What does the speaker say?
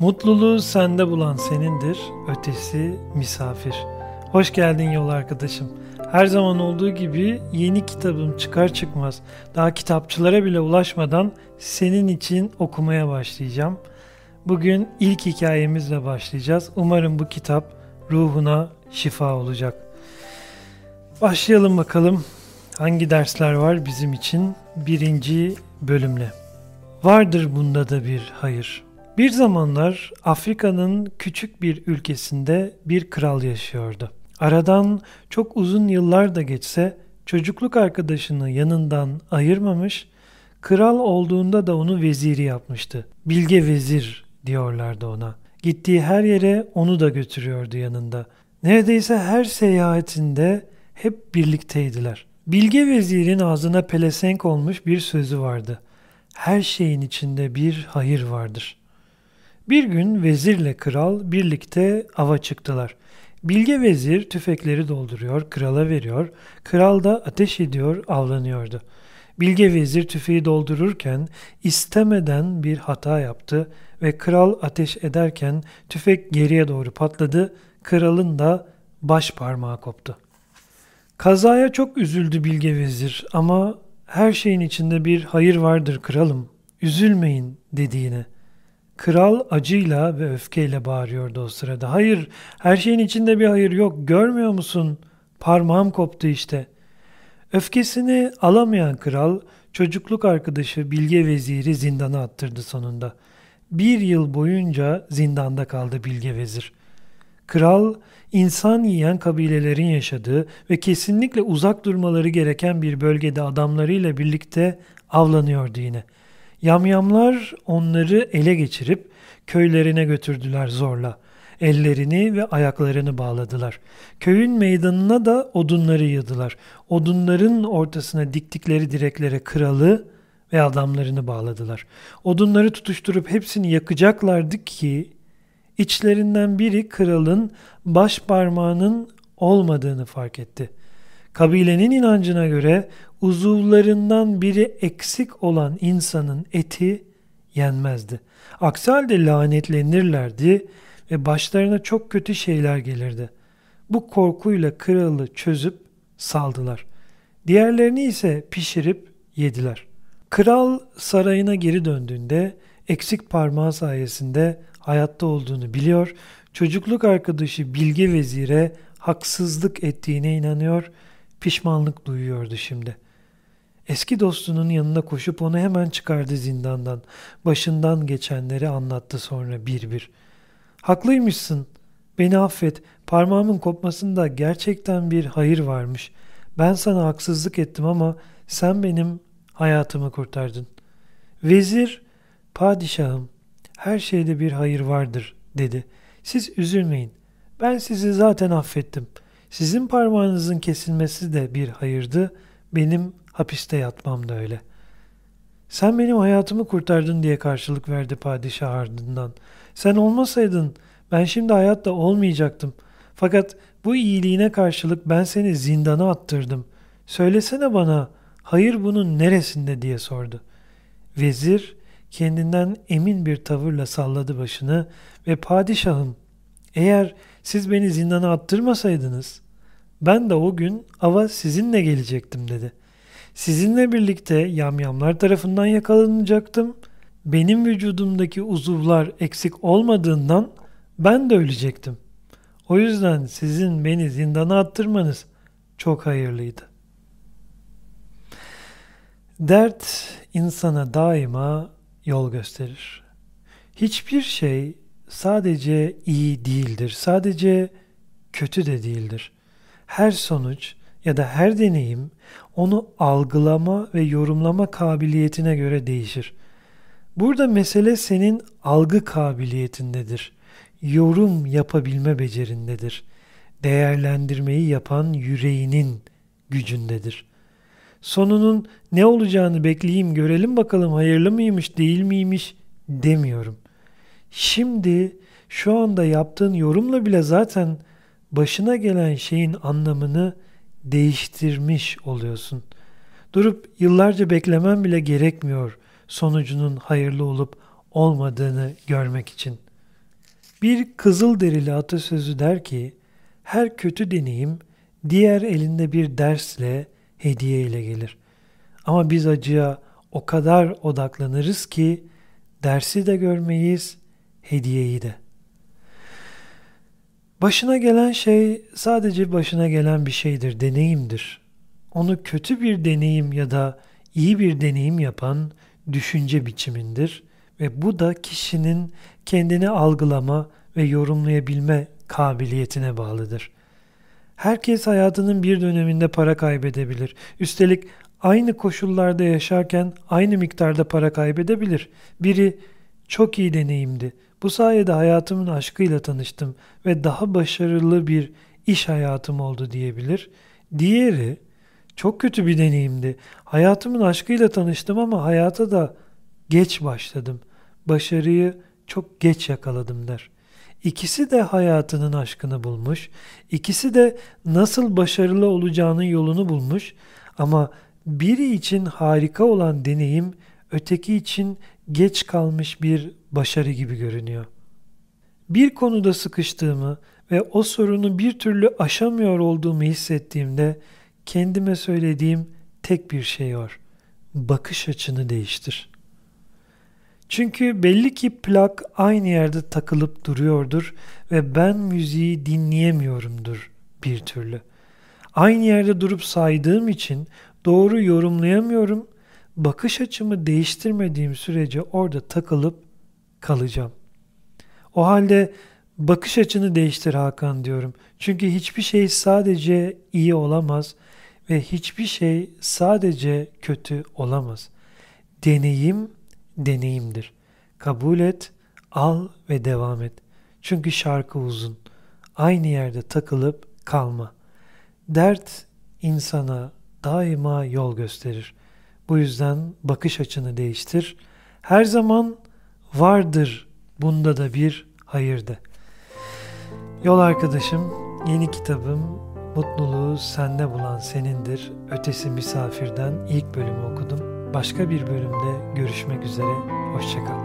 Mutluluğu sende bulan senindir, ötesi misafir. Hoş geldin yol arkadaşım. Her zaman olduğu gibi yeni kitabım çıkar çıkmaz, daha kitapçılara bile ulaşmadan senin için okumaya başlayacağım. Bugün ilk hikayemizle başlayacağız. Umarım bu kitap ruhuna şifa olacak. Başlayalım bakalım. Hangi dersler var bizim için? Birinci bölümle. Vardır bunda da bir hayır. Bir zamanlar Afrika'nın küçük bir ülkesinde bir kral yaşıyordu. Aradan çok uzun yıllar da geçse çocukluk arkadaşını yanından ayırmamış, kral olduğunda da onu veziri yapmıştı. Bilge vezir diyorlardı ona. Gittiği her yere onu da götürüyordu yanında. Neredeyse her seyahatinde hep birlikteydiler. Bilge vezirin ağzına pelesenk olmuş bir sözü vardı. Her şeyin içinde bir hayır vardır. Bir gün vezirle kral birlikte ava çıktılar. Bilge vezir tüfekleri dolduruyor, krala veriyor. Kral da ateş ediyor, avlanıyordu. Bilge vezir tüfeği doldururken istemeden bir hata yaptı ve kral ateş ederken tüfek geriye doğru patladı. Kralın da baş parmağı koptu. Kazaya çok üzüldü Bilge vezir ama her şeyin içinde bir hayır vardır kralım, üzülmeyin dedi yine. Kral acıyla ve öfkeyle bağırıyordu o sırada. Hayır, her şeyin içinde bir hayır yok. Görmüyor musun? Parmağım koptu işte. Öfkesini alamayan kral, çocukluk arkadaşı Bilge Vezir'i zindana attırdı sonunda. Bir yıl boyunca zindanda kaldı Bilge Vezir. Kral, insan yiyen kabilelerin yaşadığı ve kesinlikle uzak durmaları gereken bir bölgede adamlarıyla birlikte avlanıyordu yine. Yamyamlar onları ele geçirip köylerine götürdüler zorla. Ellerini ve ayaklarını bağladılar. Köyün meydanına da odunları yığdılar. Odunların ortasına diktikleri direklere kralı ve adamlarını bağladılar. Odunları tutuşturup hepsini yakacaklardı ki içlerinden biri kralın baş parmağının olmadığını fark etti. Kabilenin inancına göre uzuvlarından biri eksik olan insanın eti yenmezdi. Aksi halde lanetlenirlerdi ve başlarına çok kötü şeyler gelirdi. Bu korkuyla kralı çözüp saldılar. Diğerlerini ise pişirip yediler. Kral sarayına geri döndüğünde eksik parmağı sayesinde hayatta olduğunu biliyor, çocukluk arkadaşı Bilge Vezir'e haksızlık ettiğine inanıyor, pişmanlık duyuyordu şimdi. Eski dostunun yanına koşup onu hemen çıkardı zindandan. Başından geçenleri anlattı sonra bir bir. Haklıymışsın. Beni affet. Parmağımın kopmasında gerçekten bir hayır varmış. Ben sana haksızlık ettim ama sen benim hayatımı kurtardın. Vezir, padişahım, her şeyde bir hayır vardır dedi. Siz üzülmeyin. Ben sizi zaten affettim. Sizin parmağınızın kesilmesi de bir hayırdı. Benim hapiste yatmam da öyle. Sen benim hayatımı kurtardın diye karşılık verdi padişah ardından. Sen olmasaydın ben şimdi hayatta olmayacaktım. Fakat bu iyiliğine karşılık ben seni zindana attırdım. Söylesene bana, hayır bunun neresinde diye sordu. Vezir kendinden emin bir tavırla salladı başını ve padişahım, eğer siz beni zindana attırmasaydınız ben de o gün ava sizinle gelecektim dedi. Sizinle birlikte yamyamlar tarafından yakalanacaktım. Benim vücudumdaki uzuvlar eksik olmadığından ben de ölecektim. O yüzden sizin beni zindana attırmanız çok hayırlıydı. Dert insana daima yol gösterir. Hiçbir şey sadece iyi değildir, sadece kötü de değildir. Her sonuç ya da her deneyim onu algılama ve yorumlama kabiliyetine göre değişir. Burada mesele senin algı kabiliyetindedir. Yorum yapabilme becerindedir. Değerlendirmeyi yapan yüreğinin gücündedir. Sonunun ne olacağını bekleyeyim görelim bakalım hayırlı mıymış değil miymiş demiyorum. Şimdi şu anda yaptığın yorumla bile zaten başına gelen şeyin anlamını değiştirmiş oluyorsun. Durup yıllarca beklemen bile gerekmiyor sonucunun hayırlı olup olmadığını görmek için. Bir Kızılderili atasözü der ki, her kötü deneyim diğer elinde bir dersle, hediye ile gelir. Ama biz acıya o kadar odaklanırız ki dersi de görmeyiz, hediyeyi de. Başına gelen şey sadece başına gelen bir şeydir, deneyimdir. Onu kötü bir deneyim ya da iyi bir deneyim yapan düşünce biçimindir ve bu da kişinin kendini algılama ve yorumlayabilme kabiliyetine bağlıdır. Herkes hayatının bir döneminde para kaybedebilir. Üstelik aynı koşullarda yaşarken aynı miktarda para kaybedebilir. Biri çok iyi deneyimdi. Bu sayede hayatımın aşkıyla tanıştım ve daha başarılı bir iş hayatım oldu diyebilir. Diğeri çok kötü bir deneyimdi. Hayatımın aşkıyla tanıştım ama hayata da geç başladım. Başarıyı çok geç yakaladım der. İkisi de hayatının aşkını bulmuş, ikisi de nasıl başarılı olacağının yolunu bulmuş ama biri için harika olan deneyim, öteki için geç kalmış bir başarı gibi görünüyor. Bir konuda sıkıştığımı ve o sorunu bir türlü aşamıyor olduğumu hissettiğimde kendime söylediğim tek bir şey var. Bakış açını değiştir. Çünkü belli ki plak aynı yerde takılıp duruyordur ve ben müziği dinleyemiyorumdur bir türlü. Aynı yerde durup saydığım için doğru yorumlayamıyorum. Bakış açımı değiştirmediğim sürece orada takılıp kalacağım. O halde bakış açını değiştir Hakan diyorum. Çünkü hiçbir şey sadece iyi olamaz ve hiçbir şey sadece kötü olamaz. Deneyim deneyimdir. Kabul et, al ve devam et. Çünkü şarkı uzun. Aynı yerde takılıp kalma. Dert insana daima yol gösterir. Bu yüzden bakış açını değiştir. Her zaman vardır bunda da bir hayır de. Yol arkadaşım, yeni kitabım Mutluluğu Sende Bulan Senindir. Ötesi Misafir'den ilk bölümü okudum. Başka bir bölümde görüşmek üzere. Hoşça kal.